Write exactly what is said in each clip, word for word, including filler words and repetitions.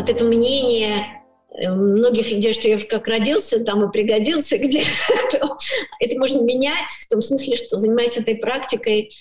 вот это мнение многих людей, что я как родился, там и пригодился где-то, это можно менять в том смысле, что, занимаясь этой практикой,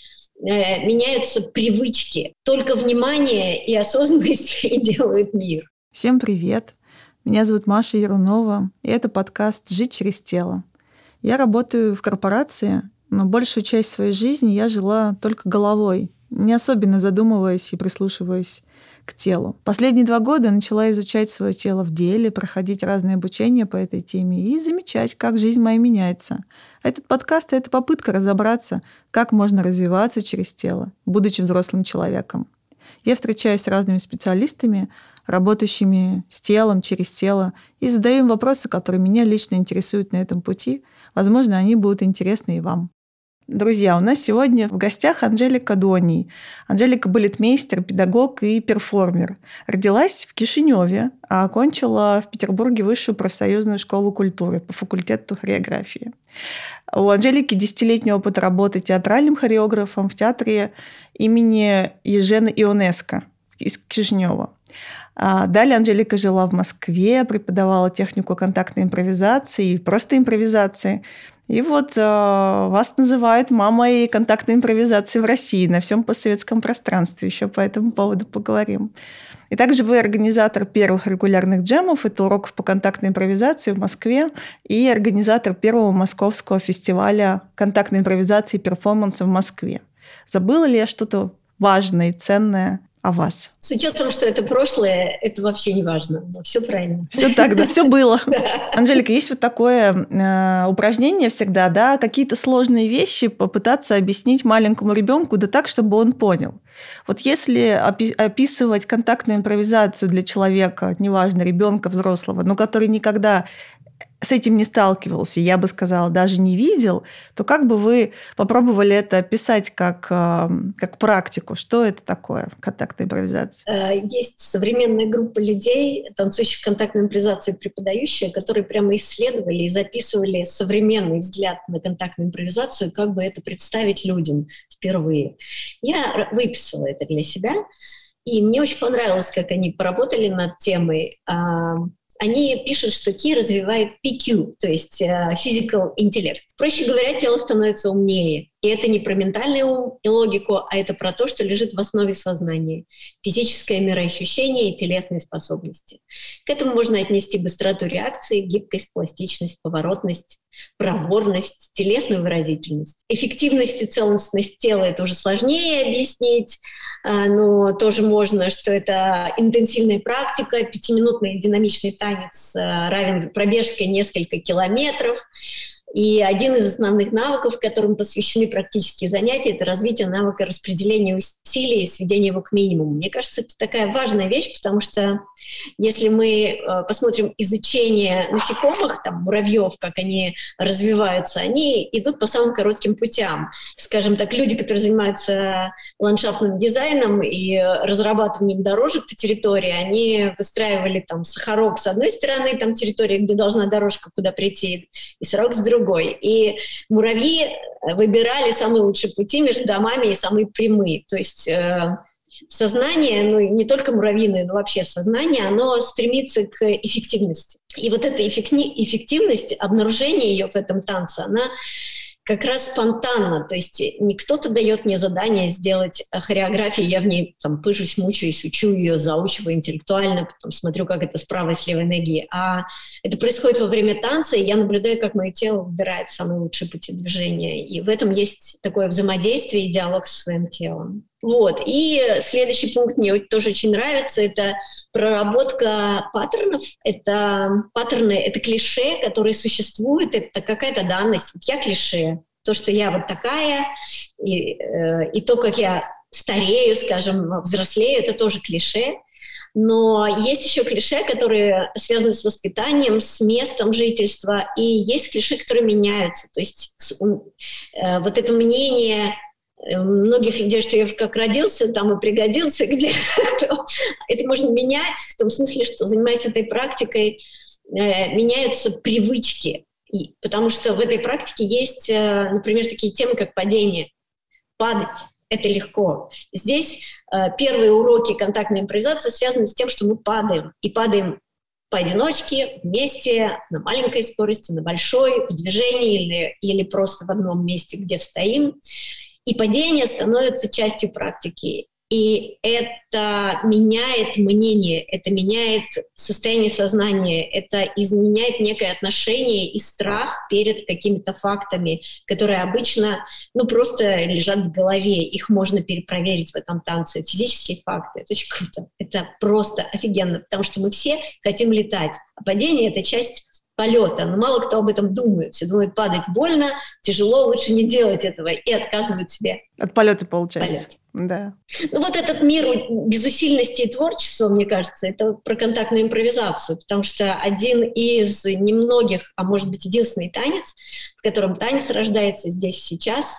меняются привычки. Только внимание и осознанность и делают мир. Всем привет! Меня зовут Маша Ярунова, и это подкаст «Жить через тело». Я работаю в корпорации, но большую часть своей жизни я жила только головой, не особенно задумываясь и прислушиваясь к телу. Последние два года начала изучать свое тело в деле, проходить разные обучения по этой теме и замечать, как жизнь моя меняется. Этот подкаст — это попытка разобраться, как можно развиваться через тело, будучи взрослым человеком. Я встречаюсь с разными специалистами, работающими с телом, через тело, и задаю им вопросы, которые меня лично интересуют на этом пути. Возможно, они будут интересны и вам. Друзья, у нас сегодня в гостях Анжелика Доний. Анжелика — балетмейстер, педагог и перформер. Родилась в Кишиневе, а окончила в Петербурге высшую профсоюзную школу культуры по факультету хореографии. У Анжелики десятилетний опыт работы театральным хореографом в театре имени Ежена Ионеско из Кишинева. Далее Анжелика жила в Москве, преподавала технику контактной импровизации и просто импровизации. И вот э, вас называют мамой контактной импровизации в России, на всем постсоветском пространстве. Еще по этому поводу поговорим. И также вы организатор первых регулярных джемов, это уроков по контактной импровизации в Москве, и организатор первого московского фестиваля контактной импровизации и перформанса в Москве. Забыла ли я что-то важное и ценное о вас? С учетом, что это прошлое, это вообще не важно. Все правильно. Все так, да, все было. Анжелика, есть вот такое э, упражнение всегда, да, какие-то сложные вещи попытаться объяснить маленькому ребенку, да так, чтобы он понял. Вот если опи- описывать контактную импровизацию для человека, неважно, ребенка, взрослого, но который никогда с этим не сталкивался, я бы сказала, даже не видел, то как бы вы попробовали это описать как, как практику? Что это такое, контактная импровизация? Есть современная группа людей, танцующих контактной импровизации преподающие, которые прямо исследовали и записывали современный взгляд на контактную импровизацию, как бы это представить людям впервые. Я выписала это для себя, и мне очень понравилось, как они поработали над темой. Они пишут, что Ки развивает пи кью, то есть physical интеллект. Проще говоря, тело становится умнее. И это не про ментальный ум и логику, а это про то, что лежит в основе сознания. Физическое мироощущение и телесные способности. К этому можно отнести быстроту реакции, гибкость, пластичность, поворотность, проворность, телесную выразительность. Эффективность и целостность тела — это уже сложнее объяснить, но тоже можно, что это интенсивная практика, пятиминутный динамичный танец равен пробежке несколько километров. И один из основных навыков, которым посвящены практические занятия, это развитие навыка распределения усилий и сведения его к минимуму. Мне кажется, это такая важная вещь, потому что если мы посмотрим изучение насекомых, там, муравьев, как они развиваются, они идут по самым коротким путям. Скажем так, люди, которые занимаются ландшафтным дизайном и разрабатыванием дорожек по территории, они выстраивали там сахарок с одной стороны, там территория, где должна дорожка куда прийти, и сорок с другой. И муравьи выбирали самые лучшие пути между домами и самые прямые. То есть э, сознание, ну не только муравьиное, но вообще сознание, оно стремится к эффективности. И вот эта эффективность, обнаружение ее в этом танце, она как раз спонтанно, то есть не кто-то дает мне задание сделать хореографию, я в ней там пыжусь, мучаюсь, учу ее, заучиваю интеллектуально, потом смотрю, как это с правой и с левой ноги. А это происходит во время танца, и я наблюдаю, как мое тело выбирает самые лучшие пути движения. И в этом есть такое взаимодействие и диалог со своим телом. Вот. И следующий пункт мне тоже очень нравится, это проработка паттернов. Это паттерны, это клише, которые существуют, это какая-то данность. Вот я клише, то, что я вот такая, и, э, и то, как я старею, скажем, взрослею, это тоже клише. Но есть еще клише, которые связаны с воспитанием, с местом жительства, и есть клише, которые меняются. То есть э, вот это мнение многих людей, что я как родился, там и пригодился где-то, это можно менять в том смысле, что, занимаясь этой практикой, меняются привычки. И, потому что в этой практике есть, например, такие темы, как падение. Падать это легко. Здесь э, первые уроки контактной импровизации связаны с тем, что мы падаем. И падаем поодиночке, вместе, на маленькой скорости, на большой, в движении или, или просто в одном месте, где стоим. И падение становится частью практики. И это меняет мнение, это меняет состояние сознания, это изменяет некое отношение и страх перед какими-то фактами, которые обычно ну, просто лежат в голове. Их можно перепроверить в этом танце. Физические факты — это очень круто. Это просто офигенно, потому что мы все хотим летать. А падение — это часть полета. Но мало кто об этом думает. Все думают, падать больно, тяжело, лучше не делать этого. И отказывают себе. От полета получается. Полет. Да. Ну вот этот мир безусильности и творчества, мне кажется, это про контактную импровизацию, потому что один из немногих, а может быть единственный танец, в котором танец рождается здесь сейчас,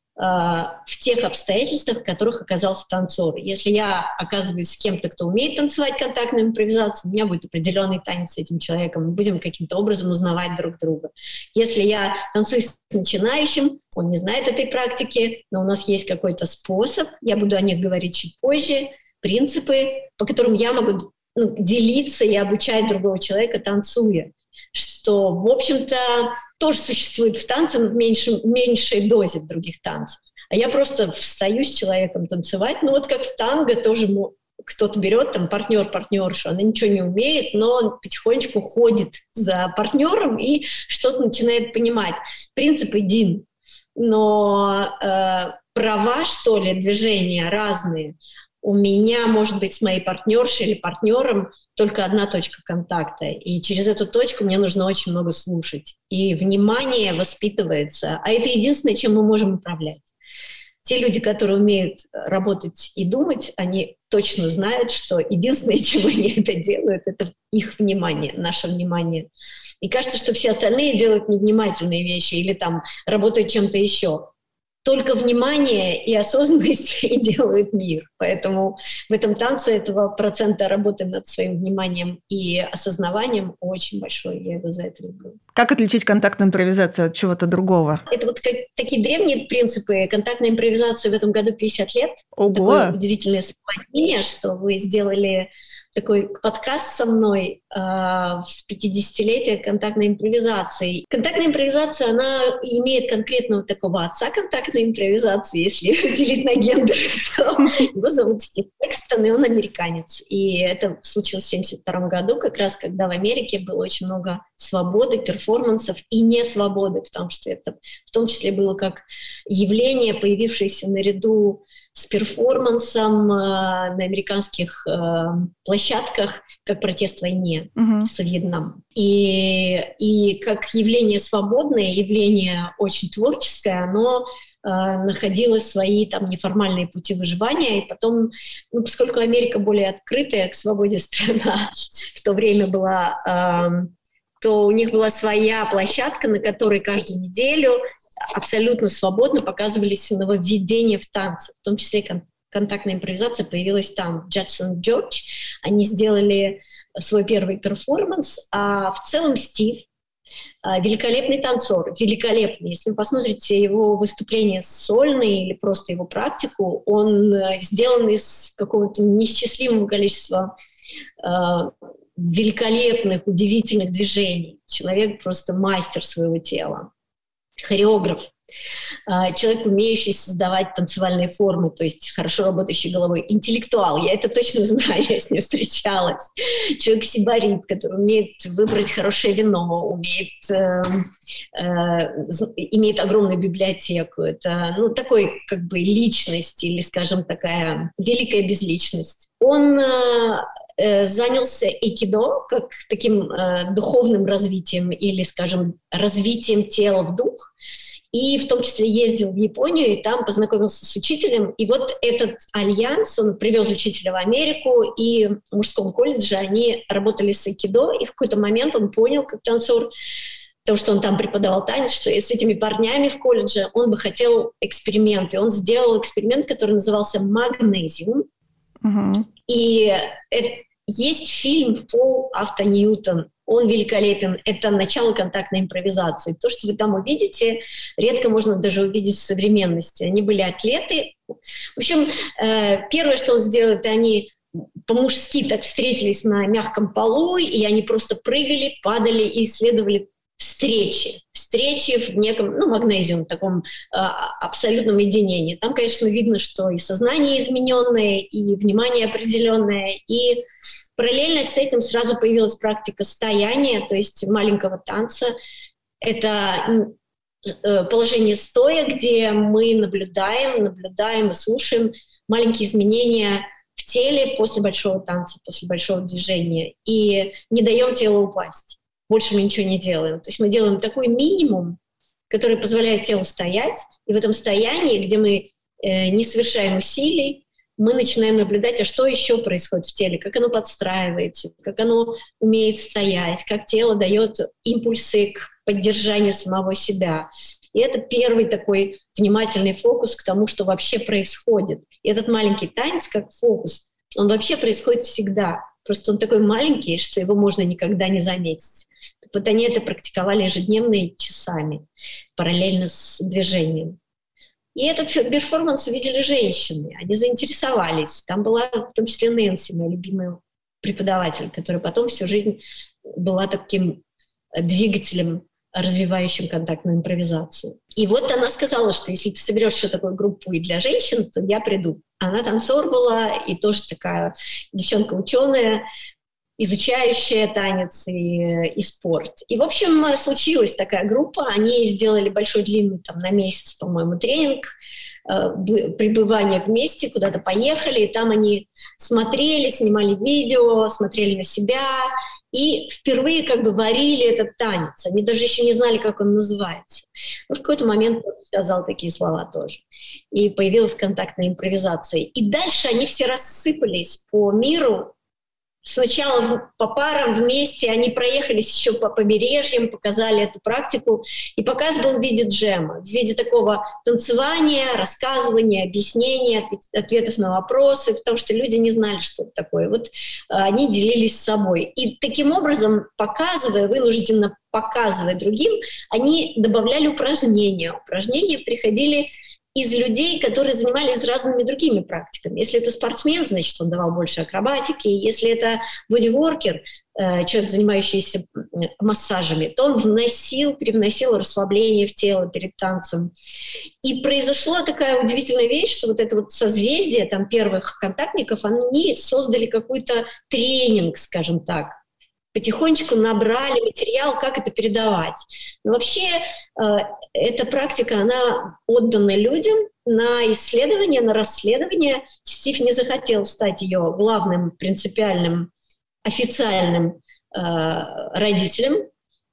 в тех обстоятельствах, в которых оказался танцор. Если я оказываюсь с кем-то, кто умеет танцевать контактную импровизацию, у меня будет определенный танец с этим человеком, мы будем каким-то образом узнавать друг друга. Если я танцую с начинающим, он не знает этой практики, но у нас есть какой-то способ, я буду о них говорить чуть позже, принципы, по которым я могу ну, делиться и обучать другого человека, танцуя. Что, в общем-то, тоже существует в танце, но в меньшей, меньшей дозе в других танцах. А я просто встаю с человеком танцевать. Ну вот как в танго тоже кто-то берет, там, партнер, партнершу, она ничего не умеет, но он потихонечку ходит за партнером и что-то начинает понимать. Принцип един, но э, права, что ли, движения разные. У меня, может быть, с моей партнершей или партнером только одна точка контакта, и через эту точку мне нужно очень много слушать. И внимание воспитывается, а это единственное, чем мы можем управлять. Те люди, которые умеют работать и думать, они точно знают, что единственное, чем они это делают, это их внимание, наше внимание. И кажется, что все остальные делают невнимательные вещи или там работают чем-то еще. Только внимание и осознанность и делают мир. Поэтому в этом танце этого процента работы над своим вниманием и осознаванием очень большой. Я его за это люблю. Как отличить контактную импровизацию от чего-то другого? Это вот как, такие древние принципы. Контактной импровизации в этом году пятьдесят лет. Ого! Такое удивительное совпадение, что вы сделали такой подкаст со мной э, в пятидесятилетие контактной импровизации. Контактная импровизация, она имеет конкретного такого отца контактной импровизации, если делить на гендер, то его зовут Стив Экстон, и он американец. И это случилось в семьдесят втором году, как раз когда в Америке было очень много свободы, перформансов и несвободы, потому что это в том числе было как явление, появившееся наряду с перформансом э, на американских э, площадках, как протест войне uh-huh. с Вьетнамом. И, и как явление свободное, явление очень творческое, оно э, находило свои там неформальные пути выживания. И потом, ну, поскольку Америка более открытая к свободе страна в то время была, э, то у них была своя площадка, на которой каждую неделю абсолютно свободно показывались нововведения в танце, в том числе кон- контактная импровизация появилась там. Джадсон Джордж, они сделали свой первый перформанс, а в целом Стив великолепный танцор, великолепный. Если вы посмотрите его выступления сольные или просто его практику, он сделан из какого-то неисчислимого количества э, великолепных, удивительных движений. Человек просто мастер своего тела. Хореограф, человек, умеющий создавать танцевальные формы, то есть хорошо работающий головой, интеллектуал, я это точно знаю, я с ним встречалась, человек-сибарит, который умеет выбрать хорошее вино, умеет, э, э, имеет огромную библиотеку, это ну, такой как бы личность или, скажем, такая великая безличность. Он э, занялся айкидо как таким э, духовным развитием или, скажем, развитием тела в дух, и в том числе ездил в Японию, и там познакомился с учителем. И вот этот альянс, он привез учителя в Америку, и в мужском колледже они работали с айкидо, и в какой-то момент он понял, как танцор, потому что он там преподавал танец, что с этими парнями в колледже он бы хотел эксперимент. И он сделал эксперимент, который назывался «Магнезиум». Uh-huh. И это, есть фильм «Fall After Newton». Он великолепен. Это начало контактной импровизации. То, что вы там увидите, редко можно даже увидеть в современности. Они были атлеты, В общем, первое, что он сделал, это они по-мужски так встретились на мягком полу, и они просто прыгали, падали и исследовали встречи. Встречи в неком, ну, магнезиум, таком э, абсолютном единении. Там, конечно, видно, что и сознание измененное, и внимание определенное, и параллельно с этим сразу появилась практика стояния, то есть маленького танца. Это э, положение стоя, где мы наблюдаем, наблюдаем и слушаем маленькие изменения в теле после большого танца, после большого движения, и не даем телу упасть. Больше мы ничего не делаем. То есть мы делаем такой минимум, который позволяет телу стоять, и в этом стоянии, где мы э, не совершаем усилий, мы начинаем наблюдать, а что еще происходит в теле, как оно подстраивается, как оно умеет стоять, как тело дает импульсы к поддержанию самого себя. И это первый такой внимательный фокус к тому, что вообще происходит. И этот маленький танец, как фокус, он вообще происходит всегда. Просто он такой маленький, что его можно никогда не заметить. Вот они это практиковали ежедневно и часами, параллельно с движением. И этот перформанс увидели женщины, они заинтересовались. Там была в том числе Нэнси, моя любимая преподаватель, которая потом всю жизнь была таким двигателем, развивающим контактную импровизацию. И вот она сказала, что если ты соберешь еще такую группу и для женщин, то я приду. Она танцор была и тоже такая девчонка-ученая, изучающая танец и, и спорт. И, в общем, случилась такая группа. Они сделали большой длинный, там, на месяц, по-моему, тренинг, э, пребывание вместе, куда-то поехали, и там они смотрели, снимали видео, смотрели на себя, и впервые как бы варили этот танец. Они даже еще не знали, как он называется. Но в какой-то момент он сказал такие слова тоже. И появилась контактная импровизация. И дальше они все рассыпались по миру. Сначала по парам вместе, они проехались еще по побережьям, показали эту практику. И показ был в виде джема, в виде такого танцевания, рассказывания, объяснения, ответов на вопросы, потому что люди не знали, что это такое. Вот они делились с собой. И таким образом, показывая, вынужденно показывая другим, они добавляли упражнения. Упражнения приходили из людей, которые занимались разными другими практиками. Если это спортсмен, значит, он давал больше акробатики. Если это бодиворкер, человек, занимающийся массажами, то он вносил, привносил расслабление в тело перед танцем. И произошла такая удивительная вещь, что вот это вот созвездие там, первых контактников, они создали какой-то тренинг, скажем так, потихонечку набрали материал, как это передавать. Но вообще э, эта практика, она отдана людям на исследование, на расследование. Стив не захотел стать ее главным, принципиальным, официальным э, родителем.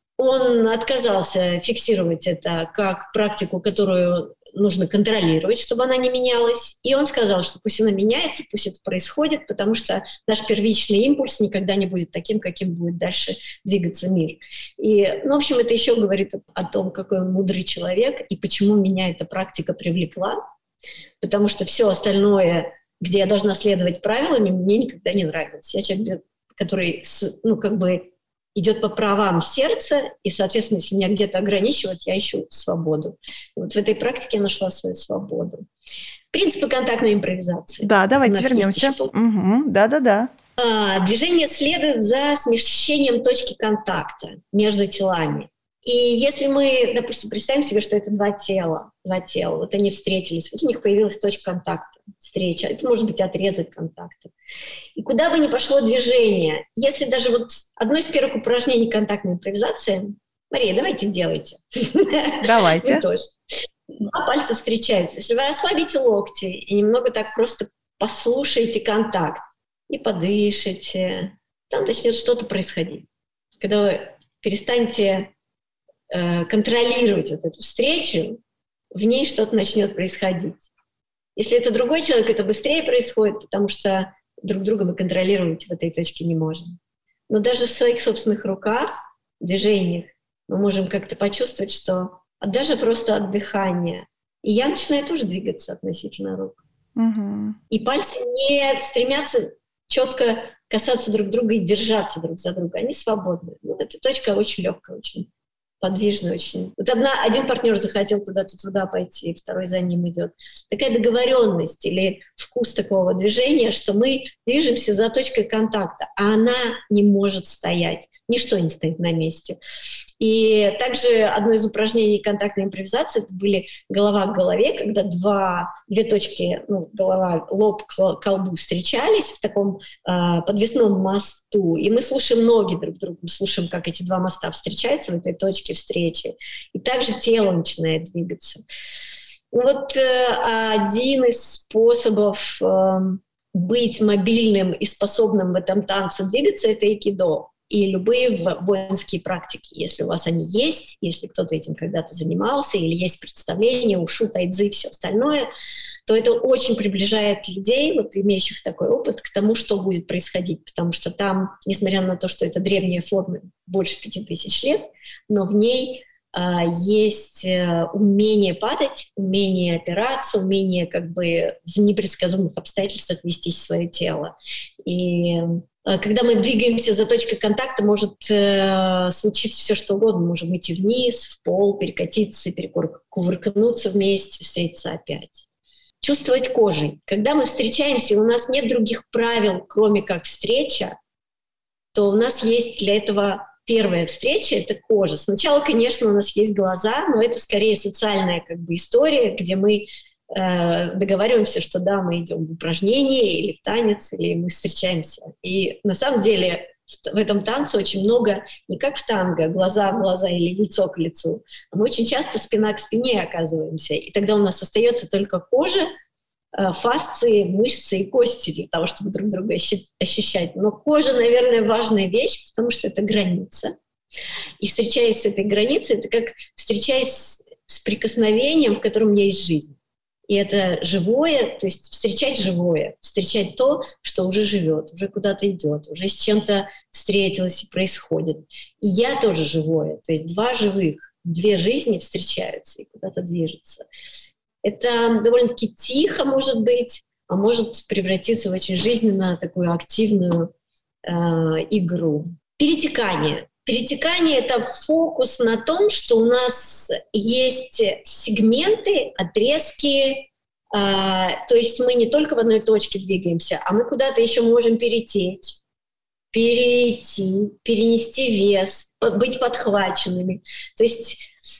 Он отказался фиксировать это как практику, которую нужно контролировать, чтобы она не менялась. И он сказал, что пусть она меняется, пусть это происходит, потому что наш первичный импульс никогда не будет таким, каким будет дальше двигаться мир. И, ну, в общем, это еще говорит о том, какой он мудрый человек и почему меня эта практика привлекла. Потому что все остальное, где я должна следовать правилами, мне никогда не нравилось. Я человек, который, ну, как бы идет по правам сердца, и, соответственно, если меня где-то ограничивают, я ищу свободу. И вот в этой практике я нашла свою свободу. Принципы контактной импровизации. Да, давайте вернемся. Угу. Да-да-да. А, движение следует за смещением точки контакта между телами. И если мы, допустим, представим себе, что это два тела, два тела, вот они встретились, вот у них появилась точка контакта, встреча, это может быть отрезок контакта. И куда бы ни пошло движение, если даже вот одно из первых упражнений контактной импровизации, Мария, давайте делайте. Давайте. Вы тоже. Два пальца встречаются. Если вы расслабите локти и немного так просто послушаете контакт и подышите, там начнет что-то происходить. Когда вы перестанете контролировать вот эту встречу, в ней что-то начнет происходить. Если это другой человек, это быстрее происходит, потому что друг друга мы контролировать в этой точке не можем. Но даже в своих собственных руках, движениях, мы можем как-то почувствовать, что даже просто от дыхания. И я начинаю тоже двигаться относительно рук. Угу. И пальцы не стремятся четко касаться друг друга и держаться друг за друга. Они свободны. Ну, эта точка очень легкая, очень подвижный очень. Вот одна, один партнер захотел куда-то туда пойти, второй за ним идет. Такая договоренность или вкус такого движения, что мы движемся за точкой контакта, а она не может стоять. Ничто не стоит на месте. И также одно из упражнений контактной импровизации — это были голова к голове, когда два, две точки, ну, голова, лоб к колбу встречались в таком э, подвесном мосту, и мы слушаем ноги друг друга, мы слушаем, как эти два моста встречаются в этой точке встречи, и также тело начинает двигаться. Вот э, один из способов э, быть мобильным и способным в этом танце двигаться — это айкидо. И любые воинские практики, если у вас они есть, если кто-то этим когда-то занимался, или есть представление, ушу, тайцзи и все остальное, то это очень приближает людей, вот, имеющих такой опыт, к тому, что будет происходить. Потому что там, несмотря на то, что это древняя форма, больше пяти тысяч лет, но в ней а, есть а, умение падать, умение опираться, умение как бы в непредсказуемых обстоятельствах вести свое тело. И когда мы двигаемся за точкой контакта, может э, случиться все, что угодно. Мы можем идти вниз, в пол, перекатиться, перекувыркнуться вместе, встретиться опять. Чувствовать кожей. Когда мы встречаемся, и у нас нет других правил, кроме как встреча, то у нас есть для этого первая встреча — это кожа. Сначала, конечно, у нас есть глаза, но это скорее социальная как бы история, где мы договариваемся, что да, мы идем в упражнение или в танец, или мы встречаемся. И на самом деле в этом танце очень много, не как в танго, глаза в глаза или лицо к лицу, а мы очень часто спина к спине оказываемся. И тогда у нас остается только кожа, фасции, мышцы и кости для того, чтобы друг друга ощущать. Но кожа, наверное, важная вещь, потому что это граница. И встречаясь с этой границей, это как встречаясь с прикосновением, в котором есть жизнь. И это живое, то есть встречать живое, встречать то, что уже живет, уже куда-то идет, уже с чем-то встретилось и происходит. И я тоже живое, то есть два живых, две жизни встречаются и куда-то движутся. Это довольно-таки тихо может быть, а может превратиться в очень жизненно такую активную э, игру. Перетекание. Перетекание — это фокус на том, что у нас есть сегменты, отрезки, э, то есть мы не только в одной точке двигаемся, а мы куда-то еще можем перетечь, перейти, перенести вес, быть подхваченными. То есть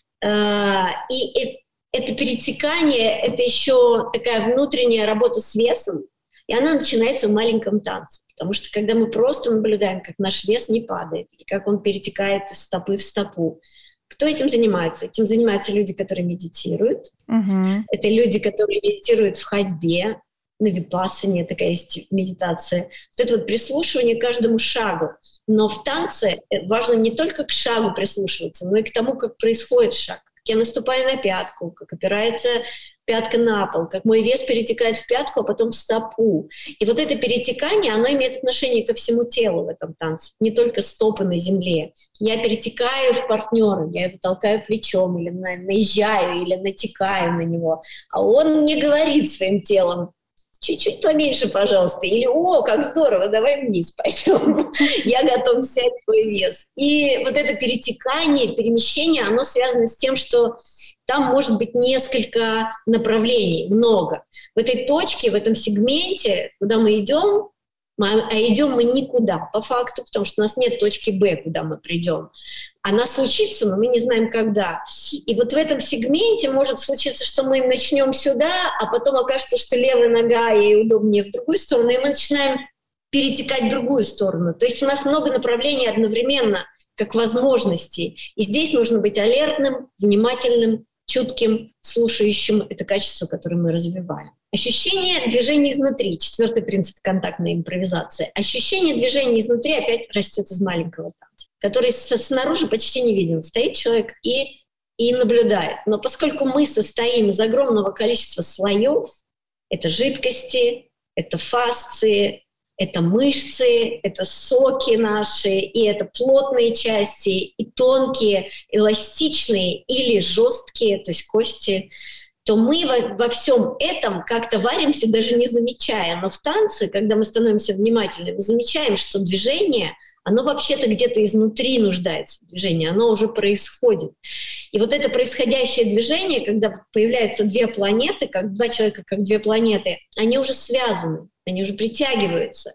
э, и это перетекание — это еще такая внутренняя работа с весом, и она начинается в маленьком танце. Потому что когда мы просто наблюдаем, как наш вес не падает, или как он перетекает из стопы в стопу, кто этим занимается? Этим занимаются люди, которые медитируют. Uh-huh. Это люди, которые медитируют в ходьбе, на випассане, такая есть медитация. Вот это вот прислушивание к каждому шагу. Но в танце важно не только к шагу прислушиваться, но и к тому, как происходит шаг. Как я наступаю на пятку, как опирается пятка на пол, как мой вес перетекает в пятку, а потом в стопу. И вот это перетекание, оно имеет отношение ко всему телу в этом танце, не только стопы на земле. Я перетекаю в партнера, я его толкаю плечом, или наезжаю, или натекаю на него, а он не говорит своим телом: чуть-чуть поменьше, пожалуйста, или «О, как здорово, давай вниз пойдем, я готов взять твой вес». И вот это перетекание, перемещение, оно связано с тем, что там может быть несколько направлений, много. В этой точке, в этом сегменте, куда мы идем, мы, а идем мы никуда, по факту, потому что у нас нет точки Б, куда мы придем. Она случится, но мы не знаем, когда. И вот в этом сегменте может случиться, что мы начнем сюда, а потом окажется, что левая нога ей удобнее в другую сторону, и мы начинаем перетекать в другую сторону. То есть у нас много направлений одновременно, как возможностей. И здесь нужно быть алертным, внимательным, чутким, слушающим. Это качество, которое мы развиваем. Ощущение движения изнутри. Четвертый принцип контактной импровизации. Ощущение движения изнутри опять растет из маленького танца, который снаружи почти не виден. Стоит человек и, и наблюдает. Но поскольку мы состоим из огромного количества слоев, это жидкости, это фасции, это мышцы, это соки наши, и это плотные части, и тонкие, эластичные или жесткие, то есть кости, то мы во, во всем этом как-то варимся, даже не замечая. Но в танце, когда мы становимся внимательными, мы замечаем, что движение, оно вообще-то где-то изнутри нуждается в движении, оно уже происходит. И вот это происходящее движение, когда появляются две планеты, как два человека, как две планеты, они уже связаны, они уже притягиваются.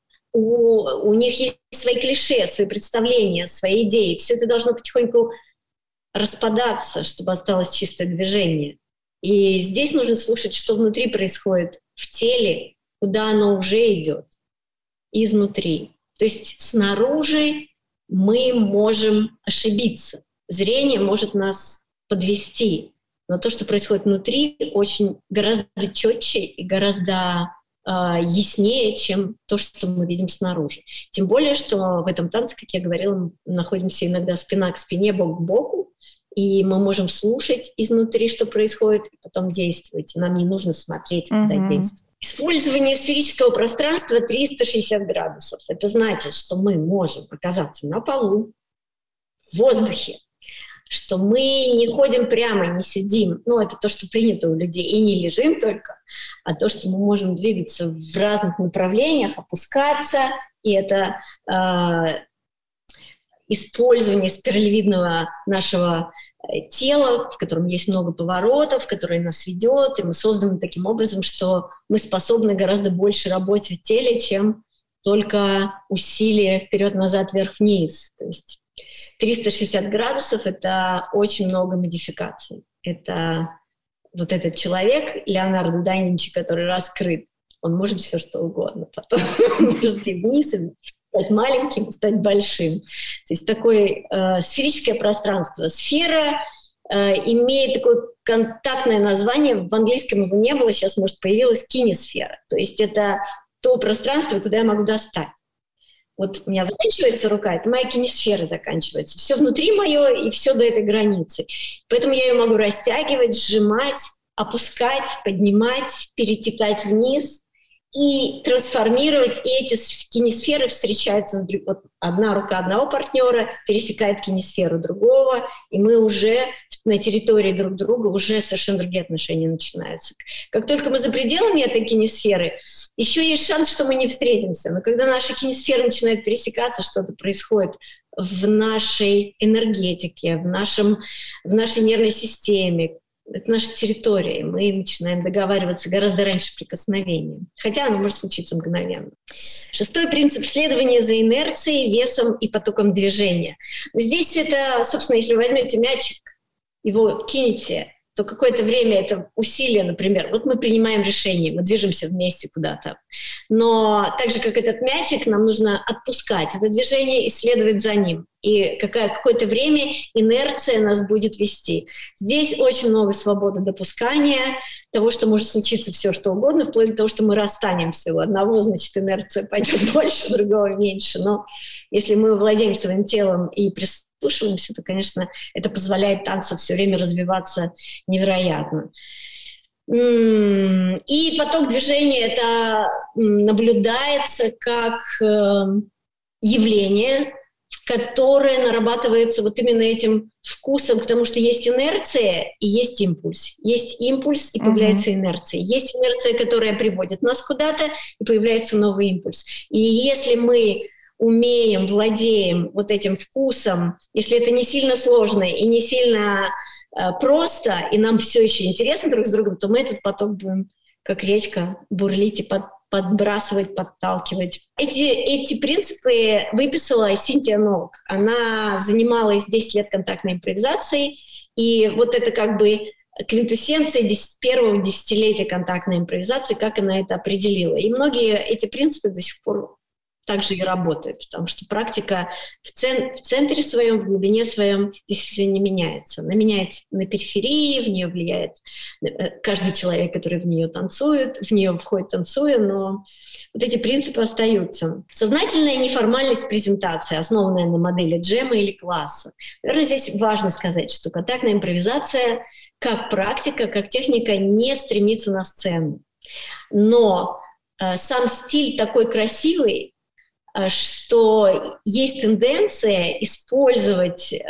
У, у них есть свои клише, свои представления, свои идеи. Все это должно потихоньку распадаться, чтобы осталось чистое движение. И здесь нужно слушать, что внутри происходит в теле, куда оно уже идет, изнутри. То есть снаружи мы можем ошибиться. Зрение может нас подвести. Но то, что происходит внутри, очень гораздо четче и гораздо э, яснее, чем то, что мы видим снаружи. Тем более, что в этом танце, как я говорила, мы находимся иногда спина к спине, бок к боку, и мы можем слушать изнутри, что происходит, и потом действовать. И нам не нужно смотреть, когда uh-huh. действовать. Использование сферического пространства триста шестьдесят градусов. Это значит, что мы можем оказаться на полу, в воздухе, что мы не ходим прямо, не сидим. Ну, это то, что принято у людей. И не лежим только, а то, что мы можем двигаться в разных направлениях, опускаться. И это э, использование спиралевидного нашего тела, в котором есть много поворотов, которое нас ведет, и мы созданы таким образом, что мы способны гораздо больше работать в теле, чем только усилия вперед-назад, вверх-вниз. То есть триста шестьдесят градусов — это очень много модификаций. Это вот этот человек, Леонардо да Винчи, который раскрыт, он может все что угодно. Потом может и вниз, и стать маленьким, стать большим. То есть такое э, сферическое пространство. Сфера э, имеет такое контактное название, в английском его не было, сейчас, может, появилась кинесфера. То есть это то пространство, куда я могу достать. Вот у меня заканчивается рука, это моя кинесфера заканчивается. Все внутри мое и все до этой границы. Поэтому я ее могу растягивать, сжимать, опускать, поднимать, перетекать вниз и трансформировать. И эти кинесферы встречаются. С, вот одна рука одного партнера пересекает кинесферу другого, и мы уже на территории друг друга уже совершенно другие отношения начинаются. Как только мы за пределами этой кинесферы, еще есть шанс, что мы не встретимся. Но когда наши кинесферы начинают пересекаться, что-то происходит в нашей энергетике, в, нашем, в нашей нервной системе. Это наша территория, мы начинаем договариваться гораздо раньше прикосновения. Хотя оно может случиться мгновенно. Шестой принцип — следования за инерцией, весом и потоком движения. Здесь это, собственно, если вы возьмете мячик, его кинете, то какое-то время это усилие, например, вот мы принимаем решение, мы движемся вместе куда-то, но так же, как этот мячик, нам нужно отпускать это движение и следовать за ним. И какое- какое-то время инерция нас будет вести. Здесь очень много свободы допускания, того, что может случиться все, что угодно, вплоть до того, что мы расстанемся. У одного, значит, инерция пойдет больше, у другого меньше. Но если мы владеем своим телом и прислушиваемся, то, конечно, это позволяет танцу все время развиваться невероятно. И поток движения — это наблюдается как явление, которое нарабатывается вот именно этим вкусом, потому что есть инерция и есть импульс. Есть импульс и появляется uh-huh. инерция. Есть инерция, которая приводит нас куда-то, и появляется новый импульс. И если мы умеем, владеем вот этим вкусом, если это не сильно сложно и не сильно э, просто, и нам все еще интересно друг с другом, то мы этот поток будем, как речка, бурлить и под, подбрасывать, подталкивать. Эти, эти принципы выписала Синтия Новак. Она занималась десять лет контактной импровизацией, и вот это как бы квинтэссенция десять, первого десятилетия контактной импровизации, как она это определила. И многие эти принципы до сих пор также и работает, потому что практика в, цен, в центре своем, в глубине своем действительно не меняется. Она меняется на периферии, в нее влияет каждый человек, который в нее танцует, в нее входит танцуя, но вот эти принципы остаются. Сознательная неформальность презентации, основанная на модели джема или класса. Наверное, здесь важно сказать, что контактная импровизация как практика, как техника не стремится на сцену. Но э, сам стиль такой красивый, что есть тенденция использовать э,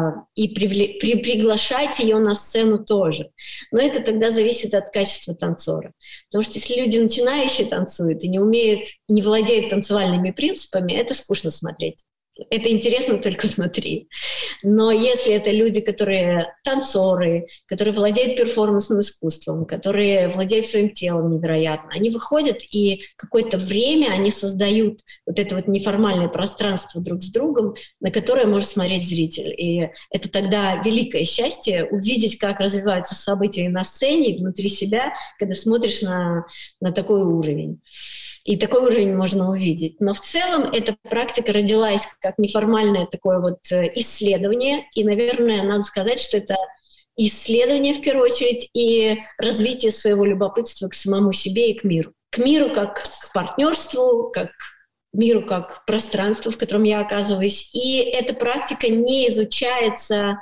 и привле- при- приглашать ее на сцену тоже. Но это тогда зависит от качества танцора. Потому что если люди начинающие танцуют и не умеют, не владеют танцевальными принципами, это скучно смотреть. Это интересно только внутри. Но если это люди, которые танцоры, которые владеют перформансным искусством, которые владеют своим телом невероятно, они выходят и какое-то время они создают вот это вот неформальное пространство друг с другом, на которое может смотреть зритель. И это тогда великое счастье увидеть, как развиваются события на сцене, внутри себя, когда смотришь на, на такой уровень. И такой уровень можно увидеть. Но в целом эта практика родилась как неформальное такое вот исследование. И, наверное, надо сказать, что это исследование в первую очередь и развитие своего любопытства к самому себе и к миру. К миру как к партнерству, как к миру как к пространству, в котором я оказываюсь. И эта практика не изучается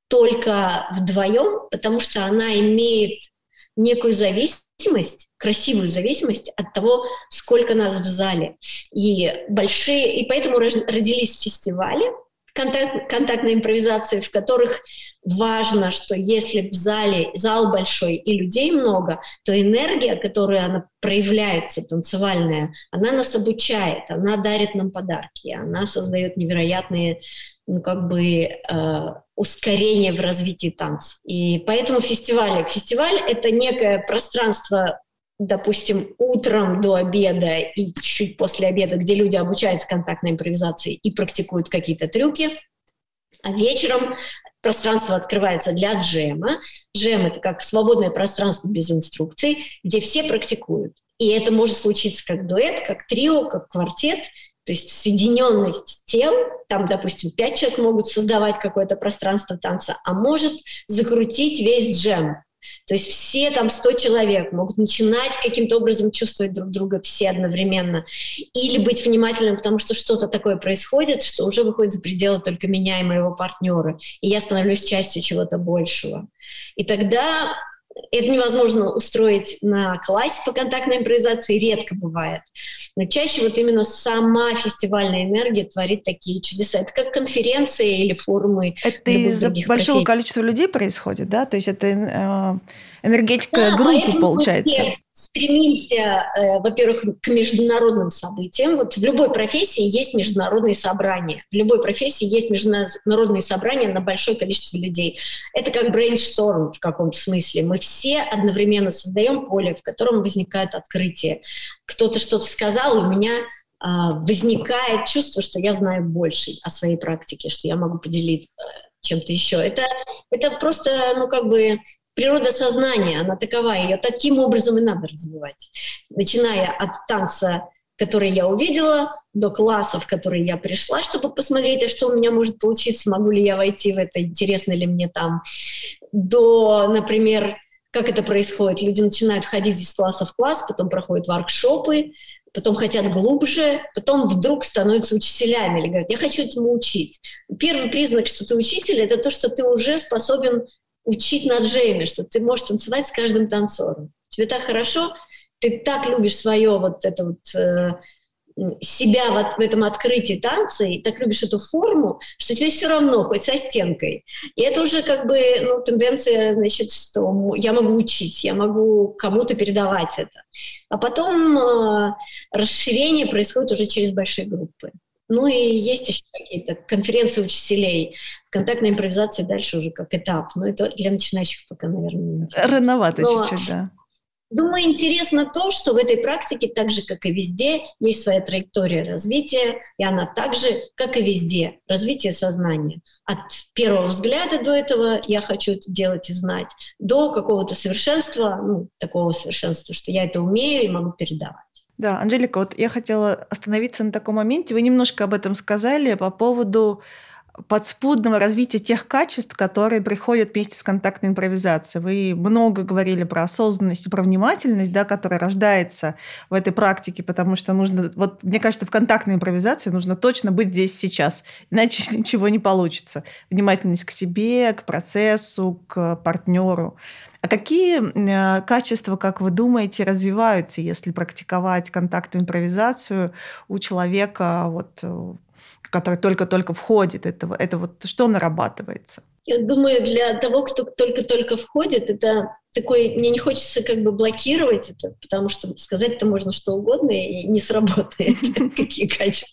только вдвоем, потому что она имеет некую зависимость, красивую зависимость от того, сколько нас в зале. И большие, и поэтому родились фестивали контакт, контактной импровизации, в которых важно, что если в зале зал большой и людей много, то энергия, которая она проявляется, танцевальная, она нас обучает, она дарит нам подарки, она создает невероятные, ну, как бы э, ускорение в развитии танца. И поэтому фестивали. Фестиваль — это некое пространство, допустим, утром до обеда и чуть после обеда, где люди обучаются контактной импровизации и практикуют какие-то трюки, а вечером пространство открывается для джема. Джем — это как свободное пространство без инструкций, где все практикуют. И это может случиться как дуэт, как трио, как квартет. То есть соединенность тел, там, допустим, пять человек могут создавать какое-то пространство танца, а может закрутить весь джем. То есть все там сто человек могут начинать каким-то образом чувствовать друг друга все одновременно или быть внимательным, потому что что-то такое происходит, что уже выходит за пределы только меня и моего партнера, и я становлюсь частью чего-то большего. И тогда это невозможно устроить на классе по контактной импровизации, редко бывает. Но чаще вот именно сама фестивальная энергия творит такие чудеса. Это как конференции или форумы. Это из-за большого профессий. количества людей происходит, да? То есть это э, энергетика да, группы получается. Мы стремимся, э, во-первых, к международным событиям. Вот в любой профессии есть международные собрания. В любой профессии есть международные собрания на большое количество людей. Это как брейншторм в каком-то смысле. Мы все одновременно создаем поле, в котором возникают открытия. Кто-то что-то сказал, и у меня э, возникает чувство, что я знаю больше о своей практике, что я могу поделиться э, чем-то еще. Это, это просто, ну, как бы... Природа сознания, она такова, ее таким образом и надо развивать. Начиная от танца, который я увидела, до классов, в которые я пришла, чтобы посмотреть, а что у меня может получиться, могу ли я войти в это, интересно ли мне там, до, например, как это происходит. Люди начинают ходить из класса в класс, потом проходят воркшопы, потом хотят глубже, потом вдруг становятся учителями или говорят, я хочу этому учить. Первый признак, что ты учитель, это то, что ты уже способен учить на джеме, что ты можешь танцевать с каждым танцором. Тебе так хорошо, ты так любишь свое вот это вот э, себя вот в этом открытии танца, и так любишь эту форму, что тебе все равно, хоть со стенкой. И это уже как бы ну, тенденция, значит, что я могу учить, я могу кому-то передавать это. А потом э, расширение происходит уже через большие группы. Ну и есть еще какие-то конференции учителей. Контактная импровизация дальше уже как этап. Но это для начинающих пока, наверное, не интересно. Рановато Но, чуть-чуть, да. Думаю, интересно то, что в этой практике, так же, как и везде, есть своя траектория развития, и она так же, как и везде, развитие сознания. От первого взгляда до этого я хочу это делать и знать, до какого-то совершенства, ну, такого совершенства, что я это умею и могу передавать. Да, Анжелика, вот я хотела остановиться на таком моменте. Вы немножко об этом сказали по поводу подспудного развития тех качеств, которые приходят вместе с контактной импровизацией. Вы много говорили про осознанность и про внимательность, да, которая рождается в этой практике, потому что нужно, вот мне кажется, в контактной импровизации нужно точно быть здесь сейчас, иначе ничего не получится. Внимательность к себе, к процессу, к партнеру. А какие качества, как вы думаете, развиваются, если практиковать контактную импровизацию у человека, вот, который только-только входит? Это, это вот что нарабатывается? Я думаю, для того, кто только-только входит, это такой, мне не хочется как бы блокировать это, потому что сказать-то можно что угодно и не сработает, какие качества.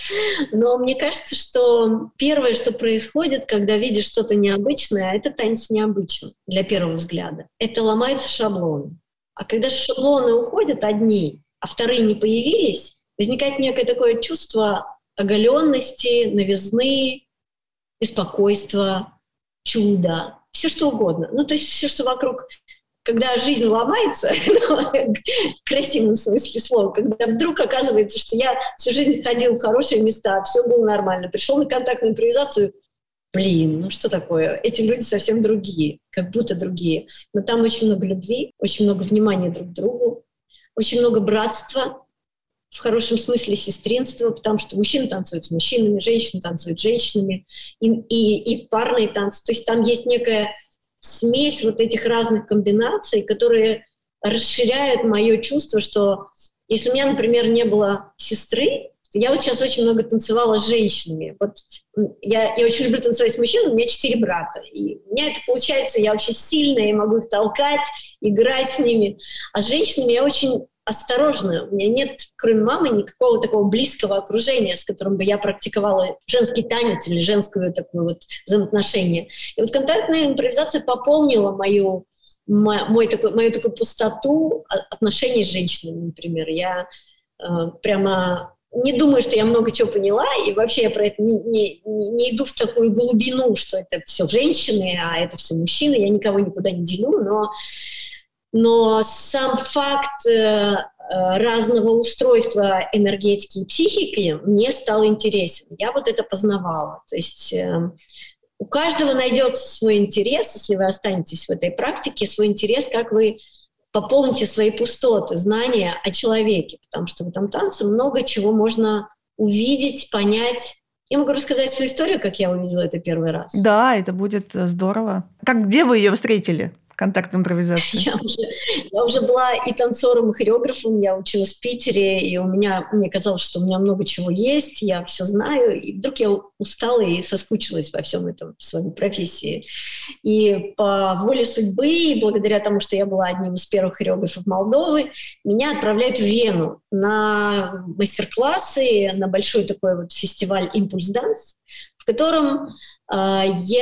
Но мне кажется, что первое, что происходит, когда видишь что-то необычное, это танец необычен для первого взгляда. Это ломаются шаблоны. А когда шаблоны уходят одни, а вторые не появились, возникает некое такое чувство оголенности, новизны, беспокойства, чуда, все что угодно. Ну, то есть все, что вокруг, когда жизнь ломается, в красивом смысле слова, когда вдруг оказывается, что я всю жизнь ходил в хорошие места, все было нормально, пришел на контактную импровизацию, блин, ну что такое? Эти люди совсем другие, как будто другие. Но там очень много любви, очень много внимания друг к другу, очень много братства, в хорошем смысле сестринства, потому что мужчины танцуют с мужчинами, женщины танцуют с женщинами, и, и, и парные танцы. То есть там есть некая смесь вот этих разных комбинаций, которые расширяют мое чувство, что если у меня, например, не было сестры, я вот сейчас очень много танцевала с женщинами. Вот я, я очень люблю танцевать с мужчинами, у меня четыре брата. И у меня это получается, я очень сильная, я могу их толкать, играть с ними. А с женщинами я очень осторожна. У меня нет, кроме мамы, никакого такого близкого окружения, с которым бы я практиковала женский танец или женское такое вот взаимоотношение. И вот контактная импровизация пополнила мою, мой такой, мою такую пустоту отношений с женщинами, например. Я э, прямо не думаю, что я много чего поняла, и вообще я про это не, не, не иду в такую глубину, что это все женщины, а это все мужчины. Я никого никуда не делю, но Но сам факт э, разного устройства энергетики и психики мне стал интересен. Я вот это познавала. То есть э, у каждого найдется свой интерес, если вы останетесь в этой практике, свой интерес, как вы пополните свои пустоты, знания о человеке, потому что в этом танце много чего можно увидеть, понять. Я могу рассказать свою историю, как я увидела это первый раз. Да, это будет здорово. Как, где вы ее встретили? Контактной импровизации. Я уже, я уже была и танцором, и хореографом, я училась в Питере, и у меня, мне казалось, что у меня много чего есть, я все знаю, и вдруг я устала и соскучилась во всем этом, в своей профессии. И по воле судьбы, и благодаря тому, что я была одним из первых хореографов Молдовы, меня отправляют в Вену на мастер-классы, на большой такой вот фестиваль «Импульс Данс», в котором э,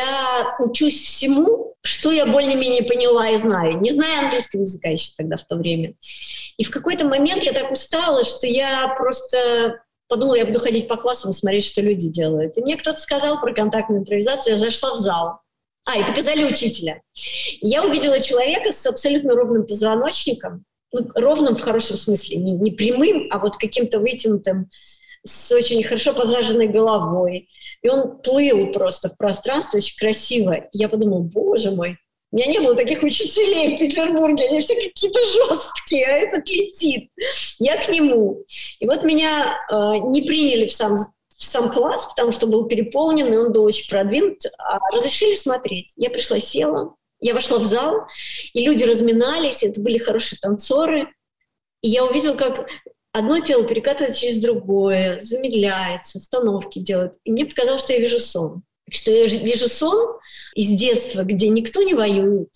я учусь всему, что я более-менее поняла и знаю. Не зная английского языка еще тогда, в то время. И в какой-то момент я так устала, что я просто подумала, я буду ходить по классам и смотреть, что люди делают. И мне кто-то сказал про контактную импровизацию, я зашла в зал. А, и показали учителя. И я увидела человека с абсолютно ровным позвоночником, ну, ровным в хорошем смысле, не, не прямым, а вот каким-то вытянутым, с очень хорошо посаженной головой. И он плыл просто в пространстве очень красиво. И я подумала, боже мой, у меня не было таких учителей в Петербурге, они все какие-то жесткие, а этот летит. Я к нему. И вот меня э, не приняли в сам, в сам класс, потому что был переполнен, и он был очень продвинут, а разрешили смотреть. Я пришла, села, я вошла в зал, и люди разминались, это были хорошие танцоры. И я увидела, как одно тело перекатывает через другое, замедляется, остановки делает. И мне показалось, что я вижу сон. Что я вижу сон из детства, где никто не воюет,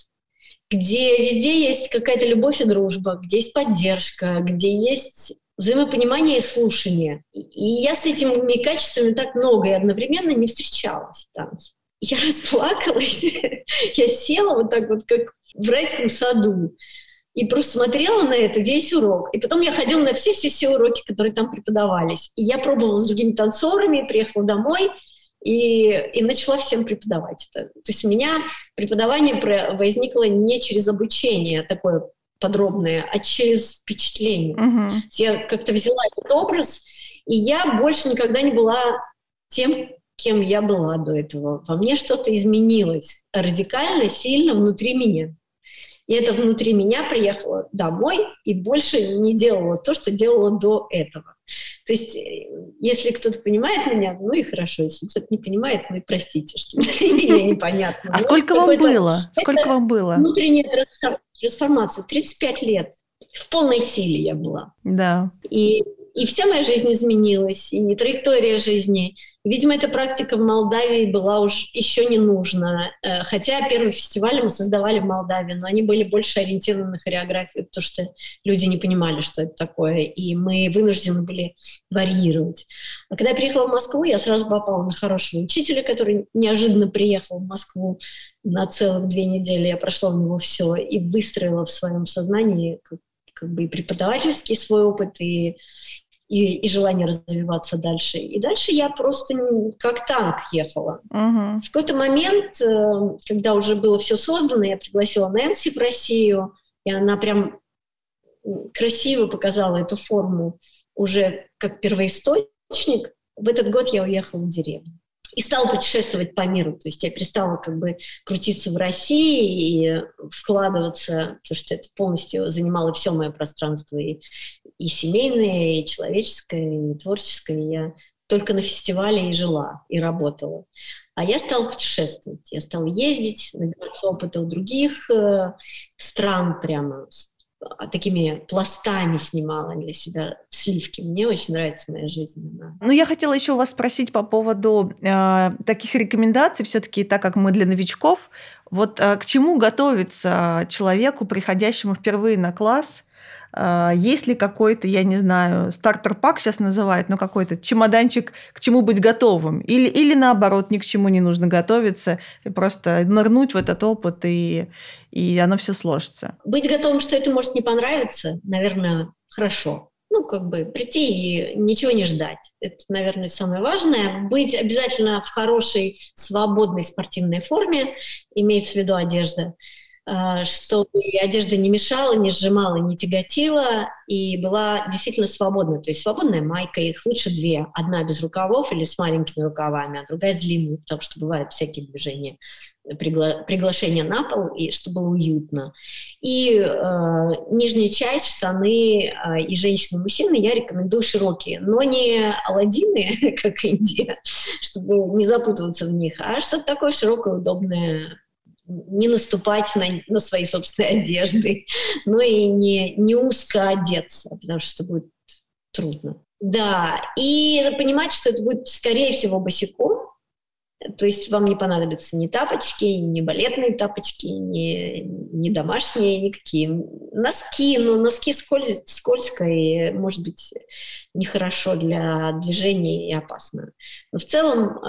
где везде есть какая-то любовь и дружба, где есть поддержка, где есть взаимопонимание и слушание. И я с этими качествами так много и одновременно не встречалась в танце. Я расплакалась, я села вот так вот, как в райском саду. И просто смотрела на это весь урок. И потом я ходила на все-все-все уроки, которые там преподавались. И я пробовала с другими танцорами, приехала домой и, и начала всем преподавать это. То есть у меня преподавание возникло не через обучение такое подробное, а через впечатление. Uh-huh. Я как-то взяла этот образ, и я больше никогда не была тем, кем я была до этого. Во мне что-то изменилось радикально, сильно внутри меня. И это внутри меня приехало домой и больше не делала то, что делала до этого. То есть, если кто-то понимает меня, ну и хорошо. Если кто-то не понимает, ну и простите, что мне непонятно. А сколько вам было? Сколько вам было? Внутренняя трансформация. тридцать пять лет. В полной силе я была. Да. И, и вся моя жизнь изменилась, и траектория жизни. Видимо, эта практика в Молдавии была уж еще не нужна. Хотя первый фестиваль мы создавали в Молдавии, но они были больше ориентированы на хореографию, потому что люди не понимали, что это такое, и мы вынуждены были варьировать. А когда я приехала в Москву, я сразу попала на хорошего учителя, который неожиданно приехал в Москву на целых две недели. Я прошла у него все и выстроила в своем сознании как, как бы и преподавательский свой опыт, и И, и желание развиваться дальше. И дальше я просто как танк ехала. Uh-huh. В какой-то момент, когда уже было все создано, я пригласила Нэнси в Россию, и она прям красиво показала эту форму уже как первоисточник. В этот год я уехала в деревню. И стала путешествовать по миру. То есть я перестала как бы крутиться в России и вкладываться, потому что это полностью занимало все мое пространство, и, и семейное, и человеческое, и творческое. Я только на фестивале и жила, и работала. А я стала путешествовать. Я стала ездить, набираться опыта у других э, стран прямо, такими пластами снимала для себя сливки. Мне очень нравится моя жизнь. Ну, я хотела еще у вас спросить по поводу э, таких рекомендаций, все-таки, так как мы для новичков, вот э, к чему готовиться человеку, приходящему впервые на класс? Э, есть ли какой-то, я не знаю, стартер-пак сейчас называют, но какой-то чемоданчик, к чему быть готовым? Или, или наоборот, ни к чему не нужно готовиться, и просто нырнуть в этот опыт, и, и оно все сложится? Быть готовым, что это может не понравиться, наверное, хорошо. Ну, как бы прийти и ничего не ждать. Это, наверное, самое важное. Быть обязательно в хорошей, свободной спортивной форме, имеется в виду одежда, чтобы одежда не мешала, не сжимала, не тяготила, и была действительно свободная. То есть свободная майка, их лучше две. Одна без рукавов или с маленькими рукавами, а другая с длинными, потому что бывают всякие движения, пригла- приглашения на пол, и чтобы было уютно. И э, нижняя часть, штаны э, и женщины, и мужчины я рекомендую широкие, но не аладдины, как Индия, чтобы не запутываться в них, а что-то такое широкое, удобное, не наступать на, на свои собственные одежды, но и не, не узко одеться, потому что это будет трудно. Да, и понимать, что это будет, скорее всего, босиком, то есть вам не понадобятся ни тапочки, ни балетные тапочки, ни, ни домашние, никакие. Носки, но носки скольз, скользко и, может быть, нехорошо для движения и опасно. Но в целом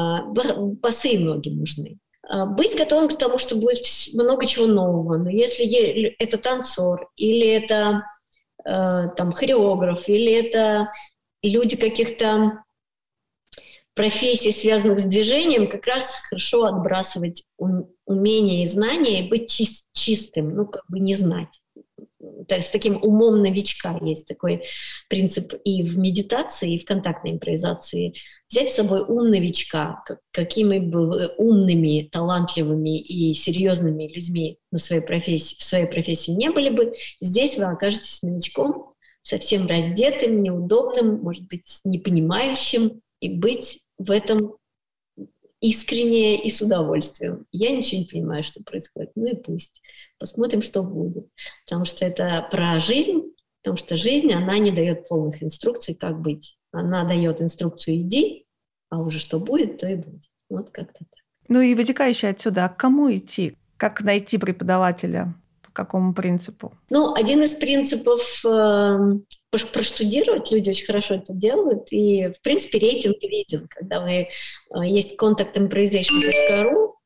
э, босые ноги нужны. Быть готовым к тому, что будет много чего нового. Но если это танцор, или это э, там, хореограф, или это люди каких-то профессий, связанных с движением, как раз хорошо отбрасывать умения и знания и быть чист, чистым, ну, как бы не знать. То есть с таким умом новичка есть такой принцип и в медитации, и в контактной импровизации. Взять с собой ум новичка, какими бы умными, талантливыми и серьезными людьми на своей профессии, в своей профессии не были бы, здесь вы окажетесь новичком, совсем раздетым, неудобным, может быть, непонимающим, и быть в этом искренне и с удовольствием. Я ничего не понимаю, что происходит. Ну и пусть. Посмотрим, что будет. Потому что это про жизнь, потому что жизнь, она не дает полных инструкций, как быть. Она дает инструкцию «иди», а уже что будет, то и будет. Вот как-то так. Ну и вытекающее отсюда, а к кому идти? Как найти преподавателя? По какому принципу? Ну, один из принципов э, проштудировать, люди очень хорошо это делают, и, в принципе, рейтинг виден. Когда вы, э, есть контакт импровизейшн точка ру,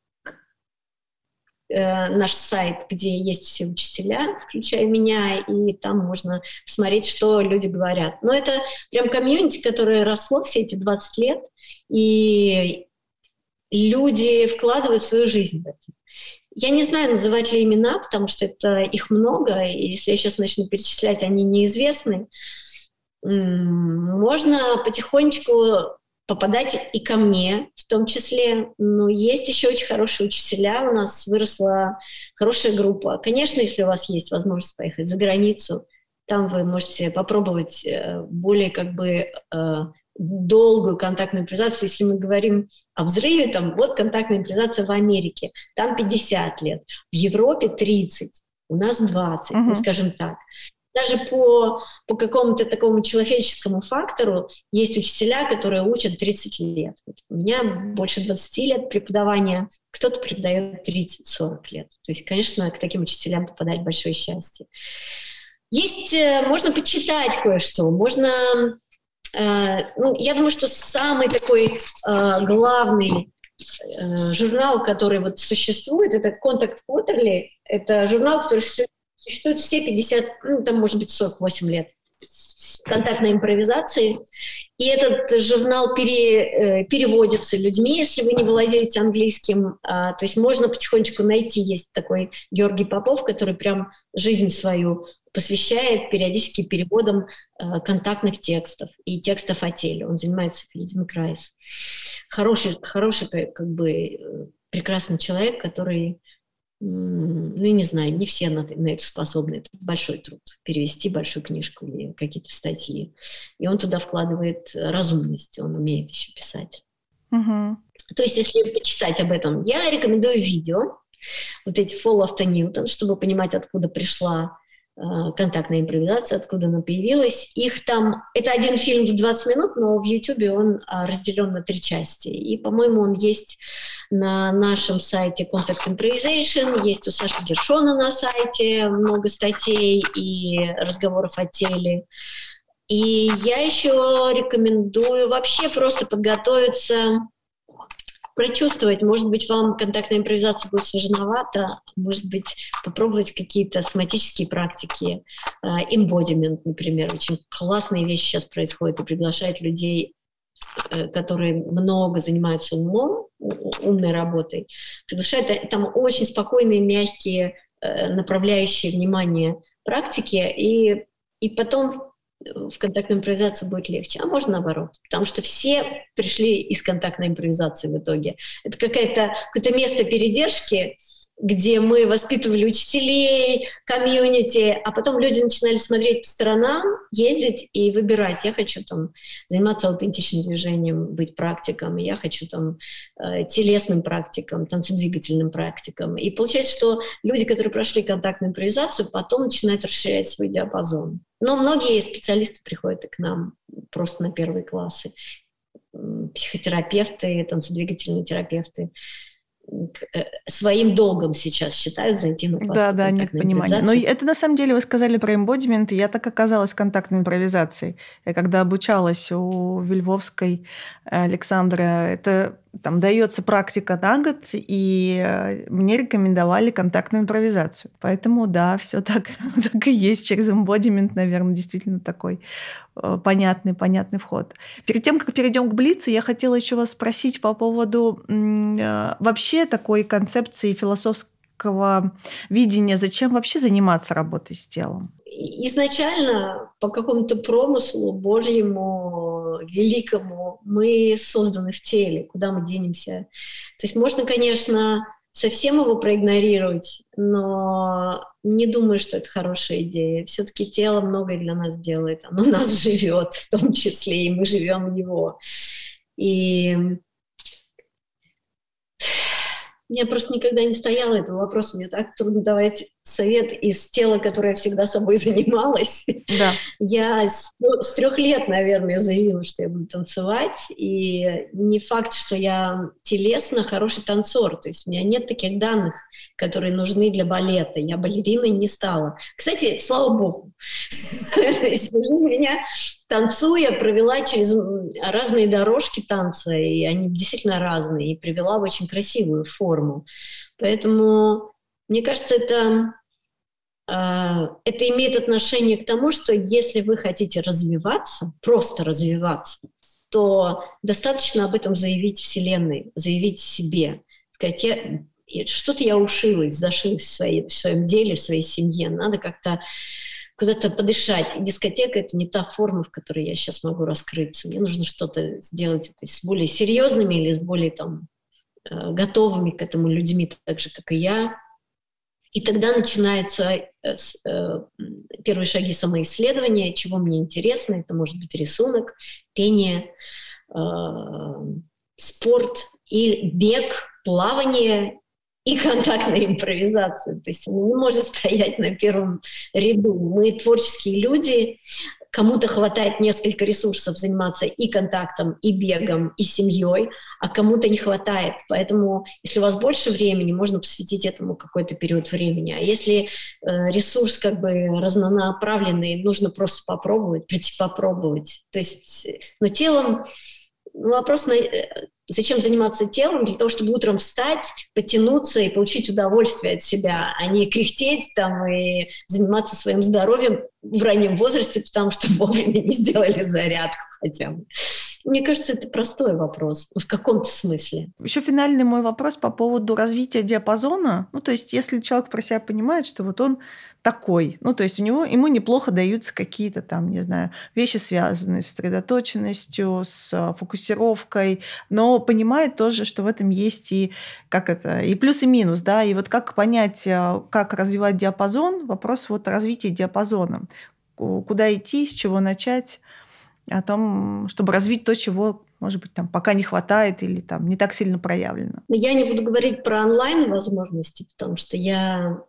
э, наш сайт, где есть все учителя, включая меня, и там можно посмотреть, что люди говорят. Но это прям комьюнити, которое росло все эти двадцать лет, и люди вкладывают свою жизнь в это. Я не знаю, называть ли имена, потому что это их много, и если я сейчас начну перечислять, они неизвестны. Можно потихонечку попадать и ко мне в том числе. Но есть еще очень хорошие учителя. У нас выросла хорошая группа. Конечно, если у вас есть возможность поехать за границу, там вы можете попробовать более как бы долгую контактную импровизацию. Если мы говорим о взрыве, там вот контактная импровизация в Америке, там пятьдесят лет, в Европе тридцать, у нас двадцать, uh-huh. ну, скажем так. Даже по, по какому-то такому человеческому фактору есть учителя, которые учат тридцать лет. У меня больше двадцать лет преподавания, кто-то преподает тридцать-сорок лет. То есть, конечно, к таким учителям попадать большое счастье. Есть, можно почитать кое-что, можно... Э, ну, я думаю, что самый такой э, главный э, журнал, который вот существует, это Contact Quarterly. Это журнал, который существует все пятьдесят, ну, там, может быть, сорок восемь лет контактной импровизации. И этот журнал пере, э, переводится людьми, если вы не владеете английским. А, то есть можно потихонечку найти. Есть такой Георгий Попов, который прям жизнь свою посвящает периодически переводам э, контактных текстов и текстов о теле. Он занимается Фельденкрайс. Хороший, хороший как бы прекрасный человек, который, ну, не знаю, не все на, на это способны. Это большой труд. Перевести большую книжку или какие-то статьи. И он туда вкладывает разумность. Он умеет еще писать. Uh-huh. То есть, если почитать об этом, я рекомендую видео. Вот эти Fall After Newton, чтобы понимать, откуда пришла контактная импровизация, откуда она появилась. Их там... Это один фильм в двадцать минут, но в Ютубе он разделен на три части. И, по-моему, он есть на нашем сайте Contact Improvisation, есть у Саши Гершона на сайте много статей и разговоров о теле. И я еще рекомендую вообще просто подготовиться, прочувствовать. Может быть, вам контактная импровизация будет сложновато, может быть, попробовать какие-то соматические практики. Embodiment, например, очень классные вещи сейчас происходят и приглашают людей, которые много занимаются умом, умной работой. Приглашают там очень спокойные, мягкие, направляющие внимание практики, и, и потом в контактную импровизацию будет легче, а можно наоборот, потому что все пришли из контактной импровизации в итоге. Это какое-то, какое-то место передержки, где мы воспитывали учителей, комьюнити, а потом люди начинали смотреть по сторонам, ездить и выбирать. Я хочу там заниматься аутентичным движением, быть практиком, я хочу там э, телесным практиком, танцедвигательным практиком. И получается, что люди, которые прошли контактную импровизацию, потом начинают расширять свой диапазон. Но многие специалисты приходят и к нам просто на первые классы. Психотерапевты, танцедвигательные терапевты своим долгом сейчас считают зайти на класс. Да, да, нет понимания. Но это на самом деле вы сказали про эмбодимент, и я так оказалась в контактной импровизации. Я когда обучалась у Вильвовской Александра, это там дается практика на год, и мне рекомендовали контактную импровизацию. Поэтому да, все так, так и есть. Через эмбодимент, наверное, действительно такой понятный, понятный вход. Перед тем, как перейдем к Блицу, я хотела еще вас спросить по поводу вообще такой концепции философского видения. Зачем вообще заниматься работой с телом? Изначально по какому-то промыслу Божьему, великому, мы созданы в теле. Куда мы денемся? То есть можно, конечно, совсем его проигнорировать, но не думаю, что это хорошая идея. Все-таки тело многое для нас делает. Оно нас живет, в том числе, и мы живем его. И у меня просто никогда не стояло этого вопроса. Мне так трудно давать совет из тела, которое я всегда собой занималась. Да. Я с, ну, с трех лет, наверное, заявила, что я буду танцевать. И не факт, что я телесно хороший танцор. То есть у меня нет таких данных, которые нужны для балета. Я балериной не стала. Кстати, слава богу. Жизнь меня, танцуя, провела через разные дорожки танца, и они действительно разные, и привела в очень красивую форму. Поэтому, мне кажется, это, э, это имеет отношение к тому, что если вы хотите развиваться, просто развиваться, то достаточно об этом заявить Вселенной, заявить себе. Сказать, я, что-то я ушилась, зашилась в, своей, в своем деле, в своей семье. Надо как-то куда-то подышать. И дискотека — это не та форма, в которой я сейчас могу раскрыться. Мне нужно что-то сделать это с более серьезными или с более там, готовыми к этому людьми, так же, как и я. И тогда начинаются первые шаги самоисследования, чего мне интересно. Это может быть рисунок, пение, спорт, и бег, плавание и контактная импровизация. То есть он не может стоять на первом ряду. Мы творческие люди, кому-то хватает несколько ресурсов заниматься и контактом, и бегом, и семьей, а кому-то не хватает. Поэтому, если у вас больше времени, можно посвятить этому какой-то период времени. А если э, ресурс как бы разнонаправленный, нужно просто попробовать, прийти попробовать. То есть, но телом... Вопрос, на, зачем заниматься телом? Для того, чтобы утром встать, потянуться и получить удовольствие от себя, а не кряхтеть там и заниматься своим здоровьем в раннем возрасте, потому что вовремя не сделали зарядку хотя бы. Мне кажется, это простой вопрос, в каком-то смысле. Еще финальный мой вопрос по поводу развития диапазона. Ну, то есть, если человек про себя понимает, что вот он такой, ну, то есть у него, ему неплохо даются какие-то там, не знаю, вещи, связанные с сосредоточенностью, с фокусировкой, но понимает тоже, что в этом есть и, как это, и плюс, и минус, да, и вот как понять, как развивать диапазон, вопрос вот развития диапазона. Куда идти, с чего начать, о том, чтобы развить то, чего, может быть, там пока не хватает или там не так сильно проявлено. Я не буду говорить про онлайн-возможности, потому что я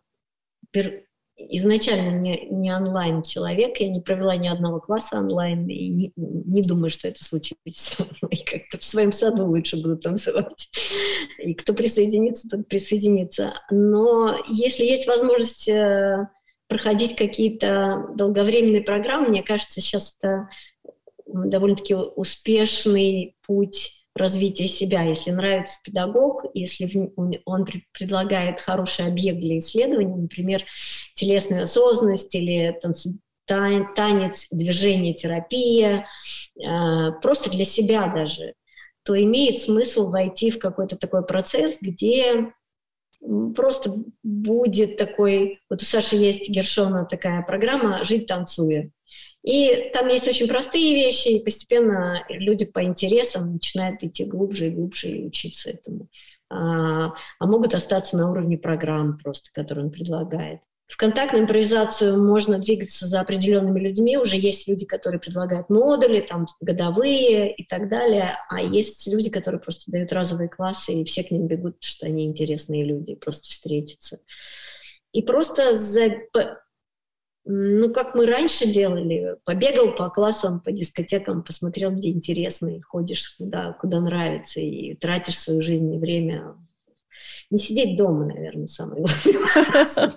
изначально не, не онлайн-человек, я не провела ни одного класса онлайн, и не, не думаю, что это случится со мной. Как-то в своем саду лучше буду танцевать. И кто присоединится, тот присоединится. Но если есть возможность проходить какие-то долговременные программы, мне кажется, сейчас это довольно-таки успешный путь развития себя. Если нравится педагог, если он предлагает хороший объект для исследования, например, телесную осознанность или танец, движение, терапия, просто для себя даже, то имеет смысл войти в какой-то такой процесс, где просто будет такой... Вот у Саши есть Гершона такая программа «Жить танцуя». И там есть очень простые вещи, и постепенно люди по интересам начинают идти глубже и глубже и учиться этому. А, а могут остаться на уровне программ просто, которые он предлагает. В контактную импровизацию можно двигаться за определенными людьми. Уже есть люди, которые предлагают модули, там, годовые и так далее. А есть люди, которые просто дают разовые классы, и все к ним бегут, потому что они интересные люди, просто встретиться. И просто за... Ну, как мы раньше делали, побегал по классам, по дискотекам, посмотрел, где интересно, и ходишь куда, куда нравится, и тратишь свою жизнь и время. Не сидеть дома, наверное, самое главное.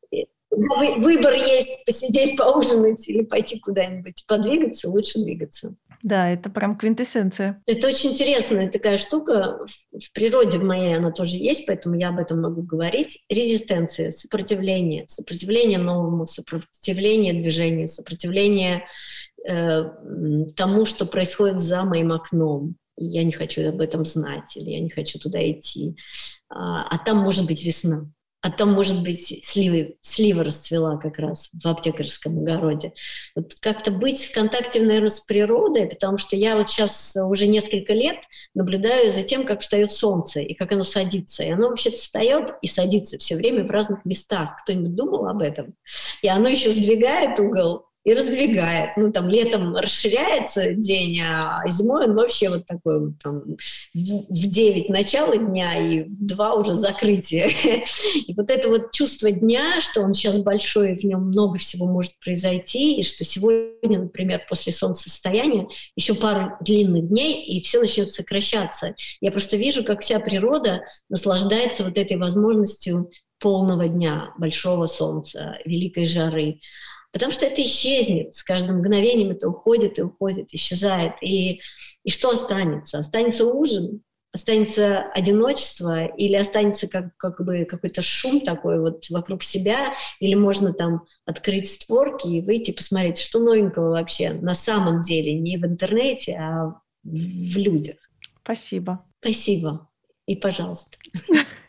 Выбор есть, посидеть, поужинать или пойти куда-нибудь, подвигаться, лучше двигаться. Да, это прям квинтэссенция. Это очень интересная такая штука. В природе в моей она тоже есть, поэтому я об этом могу говорить. Резистенция, сопротивление. Сопротивление новому, сопротивление движению, сопротивление э, тому, что происходит за моим окном. И я не хочу об этом знать, или я не хочу туда идти. А, а там может быть весна. А там, может быть, сливы, слива расцвела как раз в аптекарском огороде. Вот как-то быть в контакте, наверное, с природой, потому что я вот сейчас уже несколько лет наблюдаю за тем, как встает солнце и как оно садится. И оно вообще-то встает и садится все время в разных местах. Кто-нибудь думал об этом? И оно еще сдвигает угол и раздвигает. Ну, там, летом расширяется день, а зимой он вообще вот такой вот, там, в девять начало дня и в два уже закрытие. И вот это вот чувство дня, что он сейчас большой, и в нем много всего может произойти, и что сегодня, например, после солнцестояния еще пару длинных дней, и все начнет сокращаться. Я просто вижу, как вся природа наслаждается вот этой возможностью полного дня, большого солнца, великой жары. Потому что это исчезнет, с каждым мгновением это уходит и уходит, исчезает. И, и что останется? Останется ужин, останется одиночество или останется как, как бы какой-то шум такой вот вокруг себя, или можно там открыть створки и выйти посмотреть, что новенького вообще на самом деле, не в интернете, а в людях. Спасибо. Спасибо. И пожалуйста.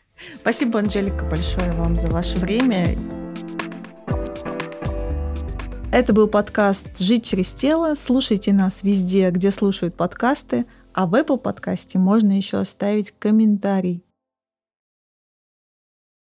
Спасибо, Анжелика, большое вам за ваше время. Это был подкаст «Жить через тело». Слушайте нас везде, где слушают подкасты, а в Apple подкасте можно еще оставить комментарий.